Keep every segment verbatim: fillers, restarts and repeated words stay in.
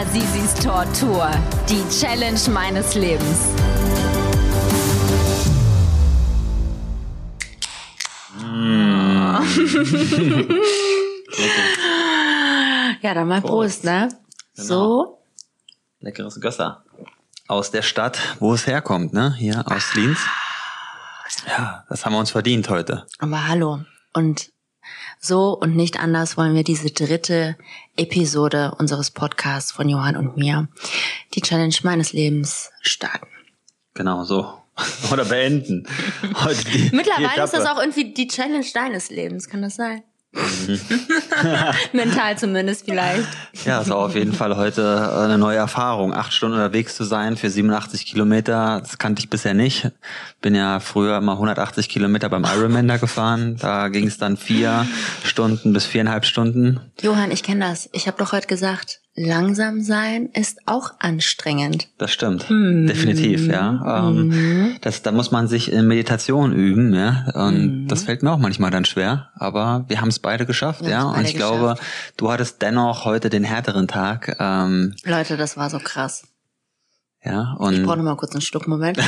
Sisis Tortur. Die Challenge meines Lebens. Mm. Ja, dann mal Prost, Prost ne? Genau. So. Leckeres Gösser. Aus der Stadt, wo es herkommt, ne? Hier aus Lienz. Ja, das haben wir uns verdient heute. Aber hallo. Und so und nicht anders wollen wir diese dritte Episode unseres Podcasts von Johann und mir, die Challenge meines Lebens, starten. Genau so. Oder beenden. Heute die, Mittlerweile die ist das auch irgendwie die Challenge deines Lebens, kann das sein? Mhm. Mental zumindest vielleicht. Ja, es war auf jeden Fall heute eine neue Erfahrung. Acht Stunden unterwegs zu sein für siebenundachtzig Kilometer, das kannte ich bisher nicht. Bin ja früher immer hundertachtzig Kilometer beim Ironman da gefahren. Da ging es dann vier Stunden bis viereinhalb Stunden. Johann, ich kenne das. Ich habe doch heute gesagt, langsam sein ist auch anstrengend. Das stimmt, mm. definitiv, ja. Ähm, mm. das, da muss man sich in Meditation üben, ja. Und mm. das fällt mir auch manchmal dann schwer. Aber wir haben es beide geschafft, ja. Und ich geschafft. glaube, du hattest dennoch heute den härteren Tag. Ähm, Leute, das war so krass. Ja. Und ich brauche noch mal kurz einen Schluck, Moment.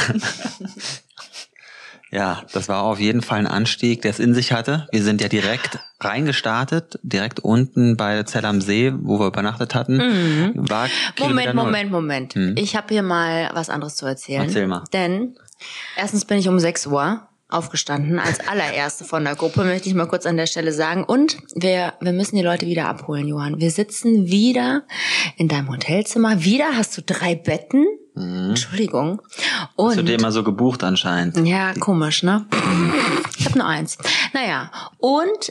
Ja, das war auf jeden Fall ein Anstieg, der es in sich hatte. Wir sind ja direkt reingestartet, direkt unten bei Zell am See, wo wir übernachtet hatten. Mhm. War Moment, Moment, Moment. Hm. Ich habe hier mal was anderes zu erzählen. Erzähl mal. Denn erstens bin ich um sechs Uhr aufgestanden, als allererste von der Gruppe, möchte ich mal kurz an der Stelle sagen. Und wir, wir müssen die Leute wieder abholen, Johann. Wir sitzen wieder in deinem Hotelzimmer. Wieder hast du drei Betten. Mhm. Entschuldigung. Und hast du dir immer so gebucht anscheinend? Ja, komisch, ne? Ich habe nur eins. Naja, und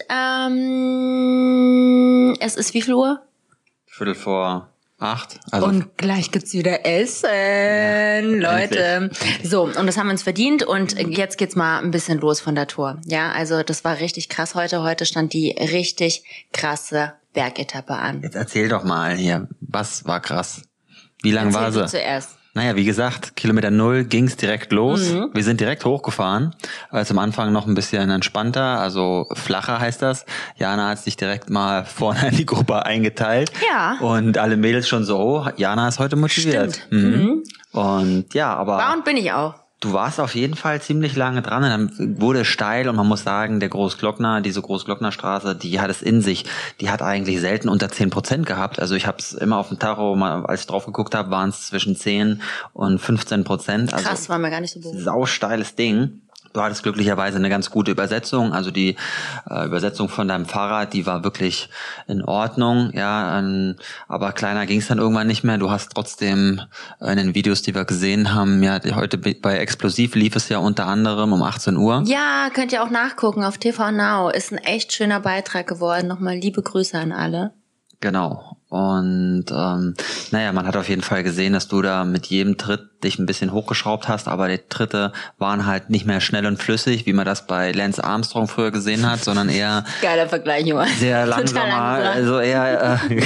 ähm, es ist wie viel Uhr? Viertel vor acht. Also und gleich gibt's wieder Essen, ja, Leute. Endlich. So, und das haben wir uns verdient und jetzt geht's mal ein bisschen los von der Tour. Ja, also das war richtig krass heute. Heute stand die richtig krasse Bergetappe an. Jetzt erzähl doch mal hier, was war krass? Wie lang erzähl war sie? Du zuerst. Naja, wie gesagt, Kilometer null ging's direkt los. Mhm. Wir sind direkt hochgefahren. Also am Anfang noch ein bisschen entspannter, also flacher heißt das. Jana hat sich direkt mal vorne in die Gruppe eingeteilt. Ja. Und alle Mädels schon so, oh, Jana ist heute motiviert. Stimmt. Mhm. Mhm. Und ja, aber... War und bin ich auch. Du warst auf jeden Fall ziemlich lange dran und dann wurde es steil und man muss sagen, der Großglockner, diese Großglocknerstraße, die hat es in sich. Die hat eigentlich selten unter zehn Prozent gehabt. Also ich habe es immer auf dem Tacho, mal, als ich drauf geguckt habe, waren es zwischen zehn und fünfzehn Prozent. Also krass, war mir gar nicht so bewusst. Sausteiles Ding. Du hattest glücklicherweise eine ganz gute Übersetzung, also die äh, Übersetzung von deinem Fahrrad, die war wirklich in Ordnung, ja, ähm, aber kleiner ging es dann irgendwann nicht mehr. Du hast trotzdem äh, in den Videos, die wir gesehen haben, ja, heute bei Explosiv lief es ja unter anderem um achtzehn Uhr. Ja, könnt ihr auch nachgucken auf T V Now, ist ein echt schöner Beitrag geworden. Nochmal liebe Grüße an alle. Genau. Und ähm, naja, man hat auf jeden Fall gesehen, dass du da mit jedem Tritt dich ein bisschen hochgeschraubt hast, aber die Tritte waren halt nicht mehr schnell und flüssig, wie man das bei Lance Armstrong früher gesehen hat, sondern eher geiler Vergleich, Junge. Sehr langsamer, also eher äh,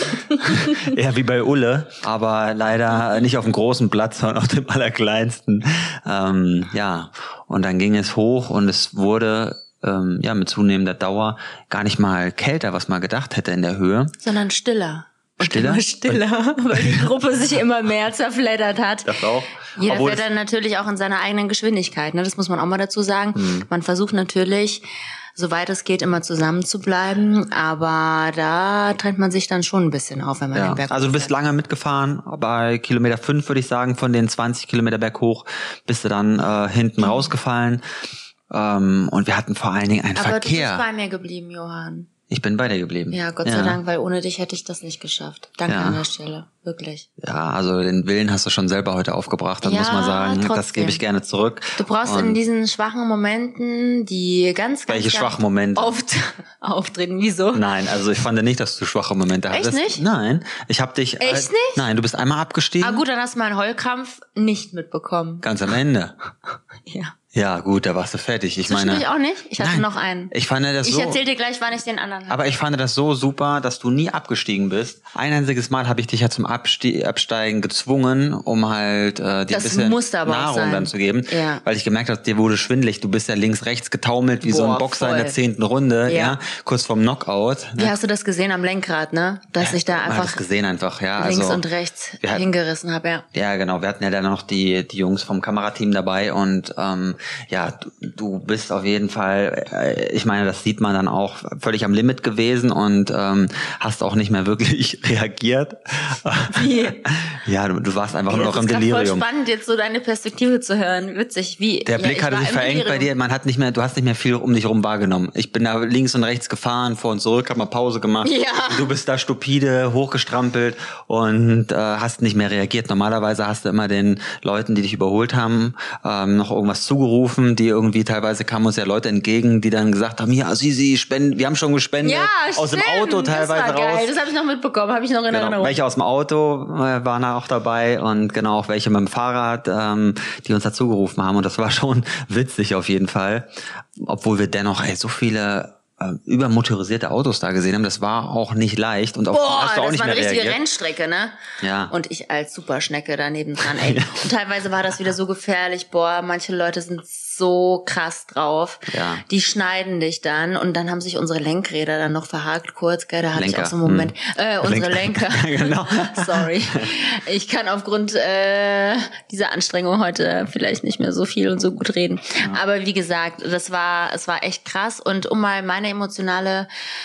eher wie bei Ulle, aber leider nicht auf dem großen Platz, sondern auf dem allerkleinsten. Ähm, ja, und dann ging es hoch und es wurde Ähm, ja, mit zunehmender Dauer gar nicht mal kälter, was man gedacht hätte in der Höhe. Sondern stiller. Und stiller? Immer stiller, weil die Gruppe sich immer mehr zerfleddert hat. Das auch. Jeder fährt dann natürlich auch in seiner eigenen Geschwindigkeit, ne? Das muss man auch mal dazu sagen. Mhm. Man versucht natürlich, soweit es geht, immer zusammen zu bleiben, aber da trennt man sich dann schon ein bisschen auf, wenn man ja. den Berg hoch Also du bist fährt. lange mitgefahren, bei Kilometer fünf würde ich sagen, von den zwanzig Kilometer berghoch bist du dann äh, hinten mhm. rausgefallen. Um, und wir hatten vor allen Dingen einen Aber Verkehr. Aber du bist bei mir geblieben, Johann. Ich bin bei dir geblieben. Ja, Gott sei ja. Dank, weil ohne dich hätte ich das nicht geschafft. Danke ja. an der Stelle, wirklich. Ja, also den Willen hast du schon selber heute aufgebracht, das ja, muss man sagen. Trotzdem. Das gebe ich gerne zurück. Du brauchst und in diesen schwachen Momenten, die ganz, ganz, welche schwachen Momente? Oft auftreten. Wieso? Nein, also ich fand nicht, dass du schwache Momente Echt hattest. Echt nicht? Nein, ich habe dich... Echt äh, nicht? Nein, du bist einmal abgestiegen. Ah gut, dann hast du meinen Heulkrampf nicht mitbekommen. Ganz am Ende. Ja. Ja, gut, da warst du fertig. Ich meine, ich auch nicht. Ich hatte nein, noch einen. Ich fand das ich so. Ich erzähl dir gleich, wann ich den anderen habe. Aber ich fand das so super, dass du nie abgestiegen bist. Ein einziges Mal habe ich dich ja zum Abste- Absteigen gezwungen, um halt äh, dir ein bisschen Nahrung dann zu geben. Ja. Weil ich gemerkt habe, dir wurde schwindelig. Du bist ja links, rechts getaumelt wie Boah, so ein Boxer voll. in der zehnten Runde, ja. ja, kurz vorm Knockout. Ne? Wie hast du das gesehen am Lenkrad, ne? Dass ja, ich da einfach das gesehen einfach, ja. links also, und rechts hingerissen habe, ja. Ja, genau. Wir hatten ja dann noch die die Jungs vom Kamerateam dabei und ähm, ja, du, du bist auf jeden Fall, äh, ich meine, das sieht man dann auch, völlig am Limit gewesen und ähm, hast auch nicht mehr wirklich reagiert. Wie? Ja, du, du warst einfach Ey, nur noch im Delirium. Das ist voll spannend, jetzt so deine Perspektive zu hören. Witzig, wie? Der Blick ja, hatte sich verengt bei dir. Man hat nicht mehr, du hast nicht mehr viel um dich rum wahrgenommen. Ich bin da links und rechts gefahren, vor und zurück, hab mal Pause gemacht. Ja. Du bist da stupide hochgestrampelt und äh, hast nicht mehr reagiert. Normalerweise hast du immer den Leuten, die dich überholt haben, ähm, noch irgendwas zugerufen, die irgendwie teilweise kamen uns ja Leute entgegen, die dann gesagt haben, ja, sie, sie spenden, wir haben schon gespendet. Ja, aus stimmt. dem Auto teilweise das war raus. Geil. Das habe ich noch mitbekommen, habe ich noch in genau. Erinnerung. Welche aus dem Auto äh, waren da auch dabei und genau auch welche mit dem Fahrrad, ähm, die uns dazu gerufen haben und das war schon witzig auf jeden Fall, obwohl wir dennoch ey, so viele äh, übermotorisierte Autos da gesehen haben, das war auch nicht leicht und auch Boah, hast du auch das nicht war eine mehr richtige reagiert. Rennstrecke, ne? Ja. Und ich als Superschnecke daneben dran, ey. Und teilweise war das wieder so gefährlich, boah, manche Leute sind so krass drauf. Ja. Die schneiden dich dann und dann haben sich unsere Lenkräder dann noch verhakt kurz, gell, da hatte Lenker. ich auch so einen Moment, hm. äh, unsere Lenker. Lenker. Genau. Sorry. Ich kann aufgrund äh, dieser Anstrengung heute vielleicht nicht mehr so viel und so gut reden. Ja. Aber wie gesagt, das war, es war echt krass und um mal meine emotionale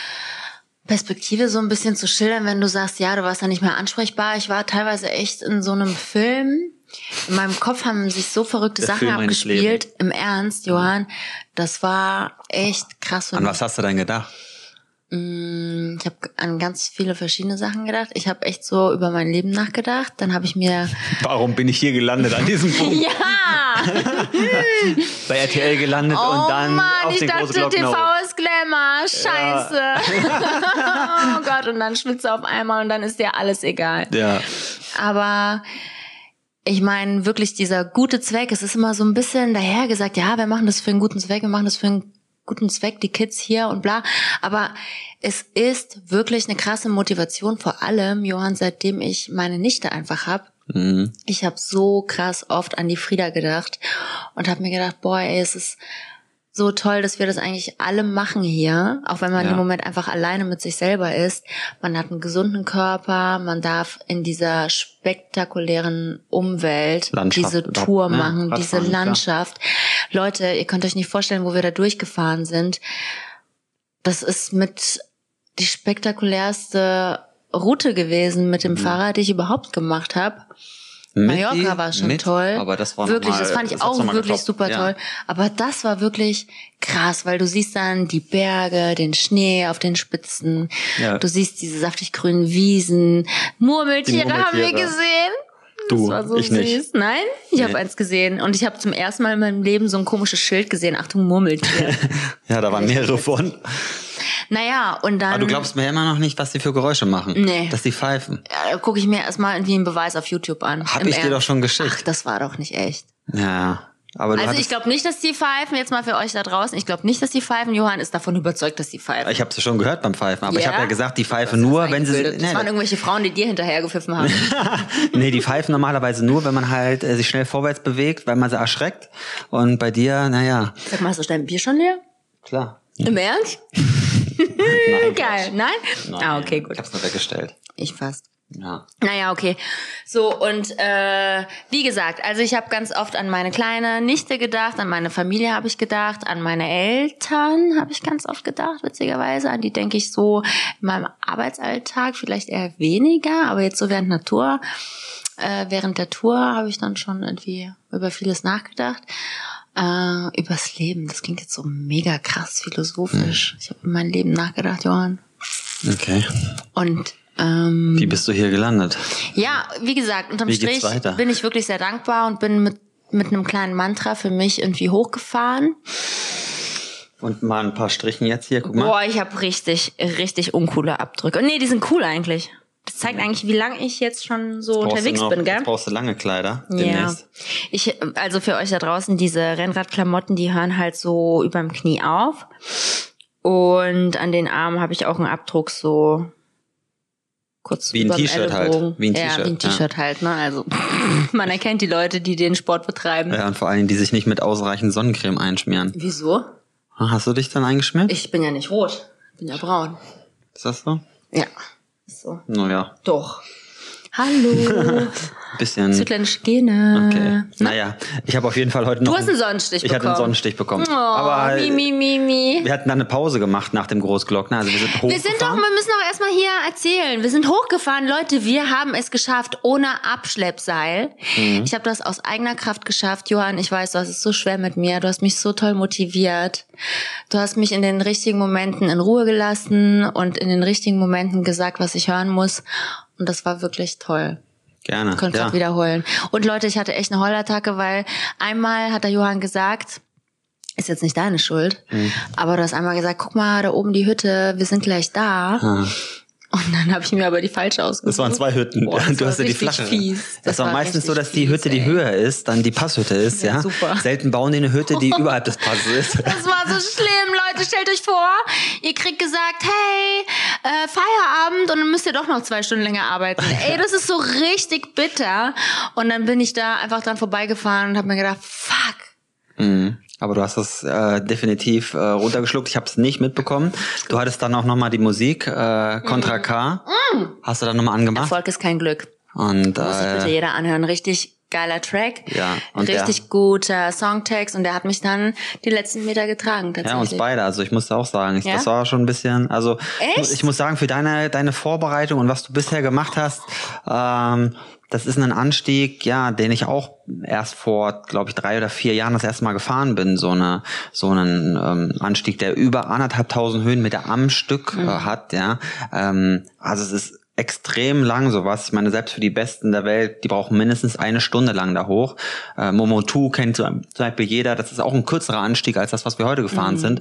Perspektive so ein bisschen zu schildern, wenn du sagst, ja, du warst ja nicht mehr ansprechbar. Ich war teilweise echt in so einem Film. In meinem Kopf haben sich so verrückte Der Sachen Film abgespielt. Im Ernst, Johann. Das war echt krass. An was hast du denn gedacht? Ich habe an ganz viele verschiedene Sachen gedacht. Ich habe echt so über mein Leben nachgedacht. Dann habe ich mir... Warum bin ich hier gelandet an diesem Punkt? Ja! Bei R T L gelandet oh und dann Mann, auf ich den großen dachte, T V Glockner. ist Glamour. Scheiße. Ja. Oh Gott, und dann schwitzt du auf einmal und dann ist dir alles egal. Ja. Aber... Ich meine, wirklich dieser gute Zweck, es ist immer so ein bisschen dahergesagt, ja, wir machen das für einen guten Zweck, wir machen das für einen guten Zweck, die Kids hier und bla. Aber es ist wirklich eine krasse Motivation, vor allem, Johann, seitdem ich meine Nichte einfach hab. Mhm. Ich habe so krass oft an die Frieda gedacht und habe mir gedacht, boah, ey, es ist so toll, dass wir das eigentlich alle machen hier, auch wenn man ja. im Moment einfach alleine mit sich selber ist. Man hat einen gesunden Körper, man darf in dieser spektakulären Umwelt Landschaft diese Tour ja, machen, diese Landschaft. Klar. Leute, ihr könnt euch nicht vorstellen, wo wir da durchgefahren sind. Das ist mit die spektakulärste Route gewesen mit dem mhm. Fahrrad, die ich überhaupt gemacht habe. Mallorca die, war schon mit, toll. Aber das war wirklich, mal, das fand ich das auch wirklich getoppt. super ja. toll. Aber das war wirklich krass, weil du siehst dann die Berge, den Schnee auf den Spitzen. Ja. Du siehst diese saftig grünen Wiesen. Murmeltiere, Murmeltiere haben wir gesehen. Du, das war so ich süß. nicht. Nein, ich nee. habe eins gesehen und ich habe zum ersten Mal in meinem Leben so ein komisches Schild gesehen. Achtung, Murmeltier. Ja, da waren mehrere von. Naja, und dann... Aber du glaubst mir immer noch nicht, was die für Geräusche machen. Nee. Dass die pfeifen. Ja, da gucke ich mir erstmal irgendwie einen Beweis auf YouTube an. Hab ich Ernst. dir doch schon geschickt. Ach, das war doch nicht echt. Ja. Aber du also ich glaube nicht, dass die pfeifen, jetzt mal für euch da draußen, ich glaube nicht, dass die pfeifen. Johann ist davon überzeugt, dass die pfeifen. Ich habe es schon gehört beim Pfeifen, aber ja? ich habe ja gesagt, die pfeifen nur, wenn sie... Das nee, waren irgendwelche Frauen, die dir hinterher gepfiffen haben. Nee, die pfeifen normalerweise nur, wenn man halt äh, sich schnell vorwärts bewegt, weil man sie erschreckt. Und bei dir, naja... Sag mal, hast du dein Bier schon leer? Klar. Im Ernst? Nein, geil, nein? Nein? Ah, okay, gut. Ich hab's nur weggestellt. Ich fast. Ja. Naja, okay. So, und äh, wie gesagt, also ich habe ganz oft an meine kleine Nichte gedacht, an meine Familie habe ich gedacht, an meine Eltern habe ich ganz oft gedacht, witzigerweise. An die denke ich so in meinem Arbeitsalltag vielleicht eher weniger, aber jetzt so während der Tour, äh, während der Tour habe ich dann schon irgendwie über vieles nachgedacht. Äh, übers Leben, das klingt jetzt so mega krass philosophisch. Hm. Ich habe über mein Leben nachgedacht, Johann. Okay. Und ähm, wie bist du hier gelandet? Ja, wie gesagt, unterm Strich bin ich wirklich sehr dankbar und bin mit mit einem kleinen Mantra für mich irgendwie hochgefahren. Und mal ein paar Strichen jetzt hier, guck mal. Boah, ich habe richtig, richtig uncoole Abdrücke. Nee, die sind cool eigentlich. Das zeigt eigentlich, wie lange ich jetzt schon so Brauchst unterwegs du noch, bin, gell? Jetzt brauchst du lange Kleider Ja. demnächst. Ich, also für euch da draußen, diese Rennradklamotten, die hören halt so überm Knie auf. Und an den Armen habe ich auch einen Abdruck so kurz Wie ein überm T-Shirt halt. Ellbogen. Wie ein ja, T-Shirt, wie ein T-Shirt ja. halt, ne? Also man erkennt die Leute, die den Sport betreiben. Ja, und vor allen Dingen, die sich nicht mit ausreichend Sonnencreme einschmieren. Wieso? Hast du dich dann eingeschmiert? Ich bin ja nicht rot, ich bin ja braun. Ist das so? Ja, ist so. Naja, Doch. Hallo. bisschen. Südländische Gene. Okay. Naja, ich habe auf jeden Fall heute noch... Du hast einen Sonnenstich ich bekommen. Ich hatte einen Sonnenstich bekommen. Oh, Aber mi, mi, mi, mi. wir hatten dann eine Pause gemacht nach dem Großglockner. Also wir sind hochgefahren. Wir sind doch, wir müssen doch erstmal hier erzählen. Wir sind hochgefahren, Leute, wir haben es geschafft ohne Abschleppseil. Mhm. Ich habe das aus eigener Kraft geschafft. Johann, ich weiß, du hast es so schwer mit mir. Du hast mich so toll motiviert. Du hast mich in den richtigen Momenten in Ruhe gelassen und in den richtigen Momenten gesagt, was ich hören muss. Und das war wirklich toll. Gerne. Ich konnte ja. gerade wiederholen. Und Leute, ich hatte echt eine Heulattacke, weil einmal hat der Johann gesagt, ist jetzt nicht deine Schuld, mhm. aber du hast einmal gesagt, guck mal, da oben die Hütte, wir sind gleich da. Mhm. Und dann habe ich mir aber die falsche ausgesucht. Das waren zwei Hütten. Boah, du hast ja die flache. Fies. Das, das war, war meistens so, dass die Hütte fies, die höher ist, dann die Passhütte ist, ja. ja. Super. Selten bauen die eine Hütte, die überhalb des Passes ist. Das war so schlimm, Leute. Stellt euch vor, ihr kriegt gesagt, hey, äh, Feierabend und dann müsst ihr doch noch zwei Stunden länger arbeiten. Ey, das ist so richtig bitter. Und dann bin ich da einfach dran vorbeigefahren und habe mir gedacht, fuck. Mhm. Aber du hast das äh, definitiv äh, runtergeschluckt. Ich habe es nicht mitbekommen. Du hattest dann auch nochmal die Musik, äh, Contra K. Mm. Hast du dann nochmal angemacht? Erfolg ist kein Glück. Und, Muss sich äh, bitte jeder anhören. Richtig geiler Track. Ja. Und richtig der, guter Songtext. Und der hat mich dann die letzten Meter getragen. Tatsächlich. Ja, uns beide. Also ich musste auch sagen, ich, ja? das war schon ein bisschen, also Echt? ich muss sagen, für deine deine Vorbereitung und was du bisher gemacht hast, ähm, das ist ein Anstieg, ja, den ich auch erst vor, glaube ich, drei oder vier Jahren das erste Mal gefahren bin. So eine, so einen ähm, Anstieg, der über anderthalbtausend Höhenmeter am Stück mhm. äh, hat, ja. Ähm, also es ist extrem lang sowas. Ich meine, selbst für die Besten der Welt, die brauchen mindestens eine Stunde lang da hoch. Äh, Momotu kennt zum Beispiel jeder. Das ist auch ein kürzerer Anstieg als das, was wir heute gefahren mhm. sind.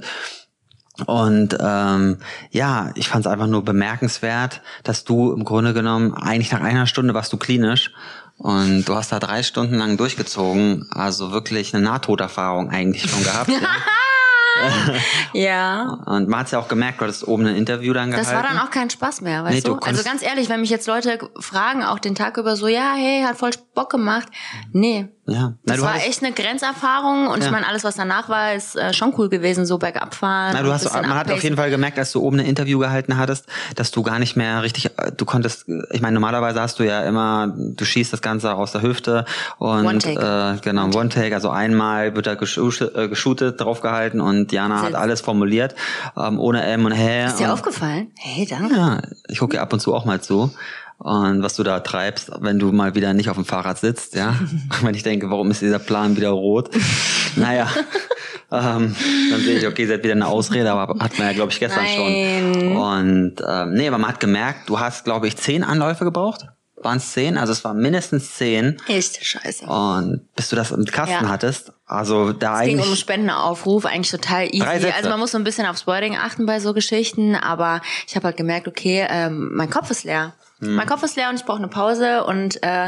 Und ähm, ja, ich fand es einfach nur bemerkenswert, dass du im Grunde genommen eigentlich nach einer Stunde warst du klinisch und du hast da drei Stunden lang durchgezogen, also wirklich eine Nahtoderfahrung eigentlich schon gehabt. ja. Ja. Und man hat es ja auch gemerkt, du hattest oben ein Interview dann gehalten. Das war dann auch kein Spaß mehr, weißt nee, du? du? Also ganz ehrlich, wenn mich jetzt Leute fragen, auch den Tag über so, ja, hey, hat voll Bock gemacht. Nee. Ja. Das Na, war hattest, echt eine Grenzerfahrung und ja. ich meine, alles, was danach war, ist äh, schon cool gewesen, so bergab fahren. Na, du hast, man abpacen. Hat auf jeden Fall gemerkt, als du oben ein Interview gehalten hattest, dass du gar nicht mehr richtig, du konntest, ich meine, normalerweise hast du ja immer, du schießt das Ganze aus der Hüfte und One take. Äh, genau, One Take, also einmal wird da geshootet, äh, geshootet draufgehalten und Jana hat alles formuliert, ähm, ohne M und Hä. Ist dir und, aufgefallen? Hey, danke. Ja, ich gucke ab und zu auch mal zu. Und was du da treibst, wenn du mal wieder nicht auf dem Fahrrad sitzt, ja. Wenn ich denke, warum ist dieser Plan wieder rot? Naja, ähm, dann sehe ich, okay, sie hat wieder eine Ausrede, aber hat man ja, glaube ich, gestern Nein. schon. Und ähm, nee, aber man hat gemerkt, du hast, glaube ich, zehn Anläufe gebraucht. Waren es zehn? Also es waren mindestens zehn. Echt scheiße. Und bis du das im Kasten ja. hattest, also da es eigentlich... Es ging um Spendenaufruf, eigentlich total easy. Also man muss so ein bisschen aufs Wording achten bei so Geschichten, aber ich habe halt gemerkt, okay, ähm, mein Kopf ist leer. Hm. Mein Kopf ist leer und ich brauche eine Pause und äh,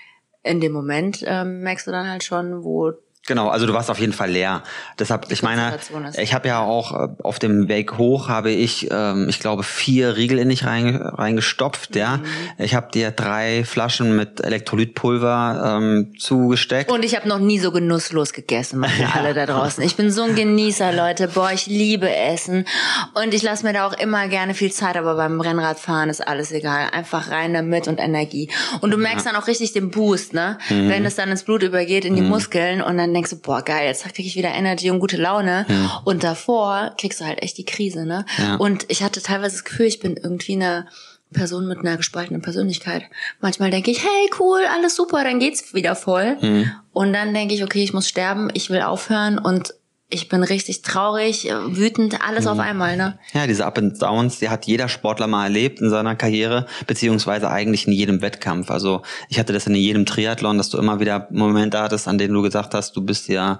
in dem Moment ähm, merkst du dann halt schon, wo... Genau, also du warst auf jeden Fall leer. Deshalb, ich meine, ich habe ja auch auf dem Weg hoch habe ich, ähm, ich glaube, vier Riegel in dich reingestopft, ja. Mhm. Ich habe dir drei Flaschen mit Elektrolytpulver ähm, zugesteckt. Und ich habe noch nie so genusslos gegessen, meine ja. alle da draußen. Ich bin so ein Genießer, Leute. Boah, ich liebe Essen und ich lasse mir da auch immer gerne viel Zeit, aber beim Rennradfahren ist alles egal. Einfach rein damit und Energie. Und du merkst ja. dann auch richtig den Boost, ne? Mhm. Wenn es dann ins Blut übergeht, in die mhm. Muskeln und dann denkst du, boah, geil, jetzt krieg ich wieder Energy und gute Laune. Ja. Und davor kriegst du halt echt die Krise, ne? Ja. Und ich hatte teilweise das Gefühl, ich bin irgendwie eine Person mit einer gespaltenen Persönlichkeit. Manchmal denke ich, hey, cool, alles super, dann geht's wieder voll. Mhm. Und dann denke ich, okay, ich muss sterben, ich will aufhören und ich bin richtig traurig, wütend, alles mhm. auf einmal, ne? Ja, diese Up and Downs, die hat jeder Sportler mal erlebt in seiner Karriere, beziehungsweise eigentlich in jedem Wettkampf. Also ich hatte das in jedem Triathlon, dass du immer wieder Momente hattest, an denen du gesagt hast, du bist ja,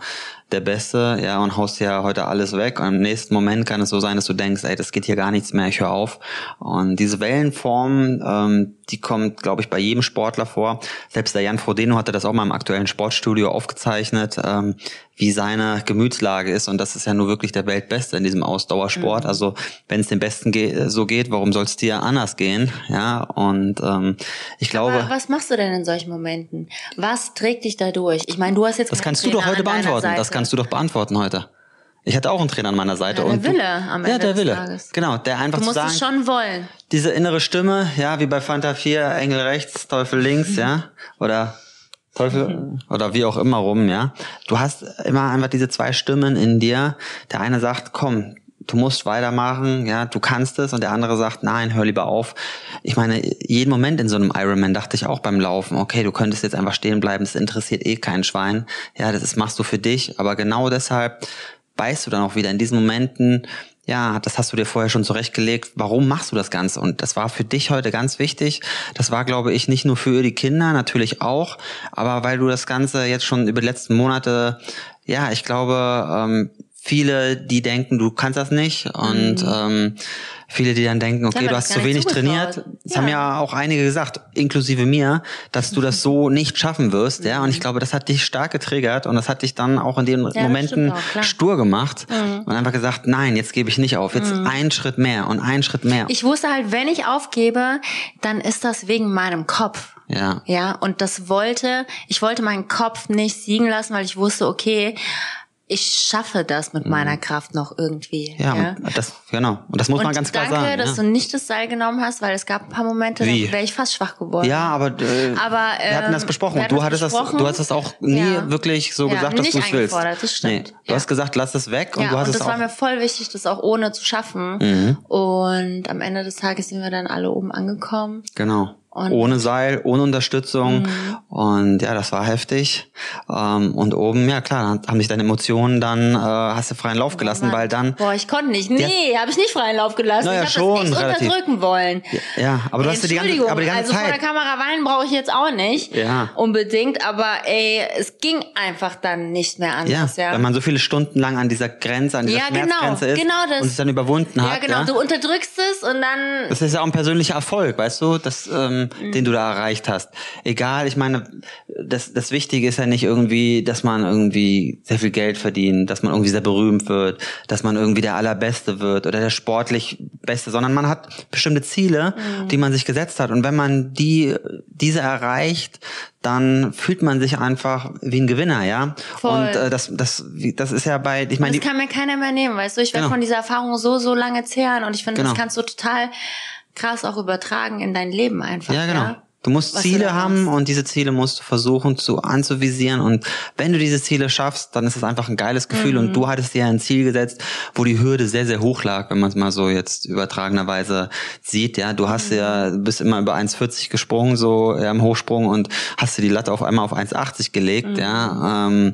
der Beste, ja, und haust ja heute alles weg. Und im nächsten Moment kann es so sein, dass du denkst, ey, das geht hier gar nichts mehr, ich höre auf. Und diese Wellenform, ähm, die kommt, glaube ich, bei jedem Sportler vor. Selbst der Jan Frodeno hatte das auch mal im aktuellen Sportstudio aufgezeichnet, ähm, wie seine Gemütslage ist. Und das ist ja nur wirklich der Weltbeste in diesem Ausdauersport. Mhm. Also wenn es dem Besten ge- so geht, warum soll es dir anders gehen? Ja, und ähm, ich glaube... Aber was machst du denn in solchen Momenten? Was trägt dich da durch? Ich meine, du hast jetzt Das kannst du doch heute beantworten. Das kannst du doch beantworten heute. Ich hatte auch einen Trainer an meiner Seite. Ja, der und Wille du, am Ende Ja, der des Wille. Tages. Genau, der einfach du zu musst sagen... es schon wollen. Diese innere Stimme, ja, wie bei Fanta vier, Engel rechts, Teufel links, ja, oder Teufel, oder wie auch immer rum, ja. Du hast immer einfach diese zwei Stimmen in dir. Der eine sagt, komm, du musst weitermachen, ja, du kannst es, und der andere sagt, nein, hör lieber auf. Ich meine, jeden Moment in so einem Ironman dachte ich auch beim Laufen, okay, du könntest jetzt einfach stehen bleiben, das interessiert eh kein Schwein, ja, das ist, machst du für dich, aber genau deshalb weißt du dann auch wieder in diesen Momenten, ja, das hast du dir vorher schon zurechtgelegt. Warum machst du das Ganze? Und das war für dich heute ganz wichtig. Das war, glaube ich, nicht nur für die Kinder, natürlich auch, aber weil du das Ganze jetzt schon über die letzten Monate, ja, ich glaube, ähm, viele, die denken, du kannst das nicht, und mhm. ähm, viele, die dann denken, okay, du hast zu wenig trainiert. Das ja. haben ja auch einige gesagt, inklusive mir, dass du das so nicht schaffen wirst, mhm. ja. Und ich glaube, das hat dich stark getriggert, und das hat dich dann auch in den ja, Momenten auch, stur gemacht mhm. und einfach gesagt, nein, jetzt gebe ich nicht auf, jetzt mhm. einen Schritt mehr und einen Schritt mehr. Ich wusste halt, wenn ich aufgebe, dann ist das wegen meinem Kopf. Ja. Ja, und das wollte, ich wollte meinen Kopf nicht siegen lassen, weil ich wusste, okay, ich schaffe das mit meiner Kraft noch irgendwie. Ja, ja? das genau. Und das muss und man ganz klar danke, sagen. Danke, dass ja. du nicht das Seil genommen hast, weil es gab ein paar Momente, Wie? da wäre ich fast schwach geworden. Ja, aber, äh, aber ähm, wir hatten das besprochen. Du das hattest besprochen. das, du hast es auch nie ja. wirklich so ja, gesagt, dass du es willst. Das stimmt. Nee. Du ja. hast gesagt, lass es weg, und ja, du hast und es das auch. war mir voll wichtig, das auch ohne zu schaffen. Mhm. Und am Ende des Tages sind wir dann alle oben angekommen. Genau. Und ohne Seil, ohne Unterstützung. Mhm. Und ja, das war heftig. Ähm, und oben, ja klar, haben sich deine Emotionen dann, äh, hast du freien Lauf gelassen, Boah, weil dann... Boah, ich konnte nicht. Nee, habe ich nicht freien Lauf gelassen. Naja, ich schon, habe das echt relativ. unterdrücken wollen. Ja, ja, aber du hast die ganze, aber die ganze also Zeit... vor der Kamera weinen brauche ich jetzt auch nicht. Ja. Unbedingt, aber ey, es ging einfach dann nicht mehr anders. Ja, ja, wenn man so viele Stunden lang an dieser Grenze, an dieser ja, Schmerzgrenze genau, ist genau das. und es dann überwunden hat. Ja, genau, ja? du unterdrückst es und dann... Das ist ja auch ein persönlicher Erfolg, weißt du, das, ähm, mhm. den du da erreicht hast. Egal, ich meine, das, das Wichtige ist ja nicht irgendwie, dass man irgendwie sehr viel Geld verdient, dass man irgendwie sehr berühmt wird, dass man irgendwie der Allerbeste wird oder der sportlich Beste, sondern man hat bestimmte Ziele, mhm. die man sich gesetzt hat. Und wenn man die, diese erreicht, dann fühlt man sich einfach wie ein Gewinner, ja. Voll. Und äh, das, das, das ist ja bei, ich meine, das kann mir keiner mehr nehmen, weißt du. Ich werde genau. von dieser Erfahrung so, so lange zehren, und ich finde, genau. das kannst du total krass auch übertragen in dein Leben einfach. Ja, genau. Ja? Du musst Was Ziele du haben, machst. und diese Ziele musst du versuchen zu anzuvisieren, und wenn du diese Ziele schaffst, dann ist es einfach ein geiles Gefühl, mhm. und du hattest dir ein Ziel gesetzt, wo die Hürde sehr, sehr hoch lag, wenn man es mal so jetzt übertragenerweise sieht, ja, du hast mhm. ja, bist immer über eins vierzig gesprungen, so ja, im Hochsprung, und hast dir die Latte auf einmal auf eins achtzig gelegt, mhm. ja, ähm,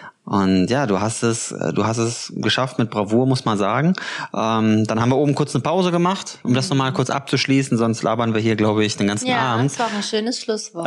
und ja, du hast es, du hast es geschafft mit Bravour, muss man sagen. Ähm, dann haben wir oben kurz eine Pause gemacht, um das nochmal kurz abzuschließen, sonst labern wir hier, glaube ich, den ganzen ja, Abend. Ja, das war auch ein schönes Schlusswort.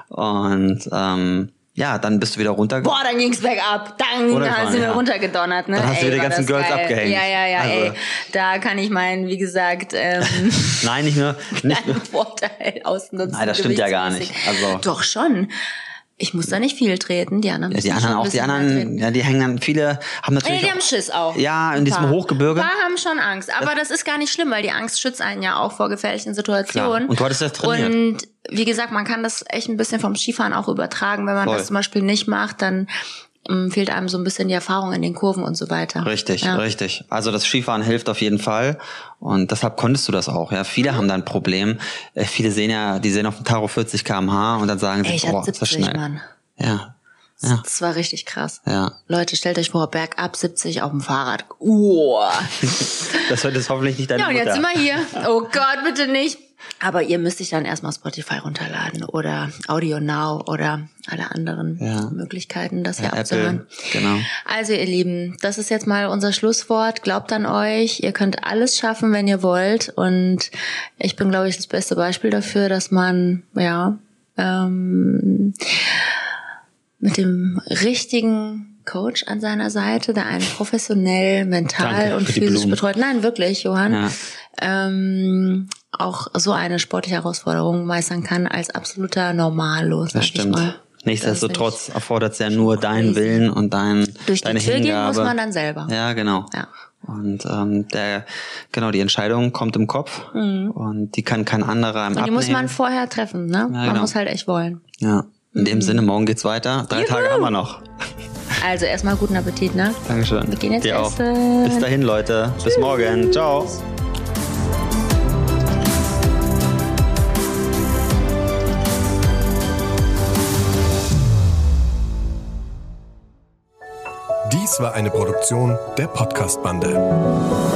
Und ähm, ja, dann bist du wieder runtergegangen. Boah, dann ging's bergab. Dann sind wir ja. runtergedonnert, ne? Dann hast ey, du wieder die ganzen Girls geil. abgehängt. Ja, ja, ja, also. ey. Da kann ich meinen, wie gesagt, ähm, Nein, nicht nur. Nicht nur. Vorteil ausnutzen. Nein, das stimmt ja gar nicht. Also. Doch schon. Ich muss da nicht viel treten, die anderen. Ja, die anderen auch, die anderen, ja, die hängen dann, viele haben natürlich. Ey, die auch, haben Schiss auch. Ja, in diesem Hochgebirge. Ein paar haben schon Angst, aber das, das ist gar nicht schlimm, weil die Angst schützt einen ja auch vor gefährlichen Situationen. Klar. Und du hattest das trainiert. Und wie gesagt, man kann das echt ein bisschen vom Skifahren auch übertragen. Wenn man Voll. das zum Beispiel nicht macht, dann ähm, fehlt einem so ein bisschen die Erfahrung in den Kurven und so weiter. Richtig, ja. richtig. Also das Skifahren hilft auf jeden Fall. Und deshalb konntest du das auch. Ja, viele mhm. haben da ein Problem. Äh, viele sehen ja, die sehen auf dem Tacho vierzig Kilometer pro Stunde und dann sagen sie, Ey, ich boah, hatte ist das siebzig, schnell. Mann. Ja. Ja. Das war richtig krass. Ja. Leute, stellt euch vor, bergab siebzig auf dem Fahrrad. Uah. Das hört jetzt hoffentlich nicht deine Ja, und Mutter. jetzt sind wir hier. Oh Gott, bitte nicht. Aber ihr müsst euch dann erstmal Spotify runterladen oder Audio Now oder alle anderen ja. Möglichkeiten, das ja, hier abzuhören. Apple, genau. Also ihr Lieben, das ist jetzt mal unser Schlusswort. Glaubt an euch. Ihr könnt alles schaffen, wenn ihr wollt. Und ich bin, glaube ich, das beste Beispiel dafür, dass man, ja, ähm, mit dem richtigen Coach an seiner Seite, der einen professionell, mental Danke und für die physisch Blumen. betreut. Nein, wirklich, Johann. Ja. Ähm, auch so eine sportliche Herausforderung meistern kann als absoluter Normallos. Das sag ich stimmt. mal. Nichtsdestotrotz erfordert es ja nur deinen Willen und dein, Durch die deine Tür gehen Hingabe. muss man dann selber. Ja, genau. Ja. Und ähm, der, genau, die Entscheidung kommt im Kopf und die kann kein anderer einem Und die abnehmen. muss man vorher treffen, ne? Man genau. muss halt echt wollen. Ja, in dem Sinne, morgen geht's weiter. Drei Juhu. Tage haben wir noch. Also erstmal guten Appetit, ne? Dankeschön. Wir gehen jetzt Dir auch. essen. Bis dahin, Leute. Bis morgen. Ciao. Dies war eine Produktion der Podcast-Bande.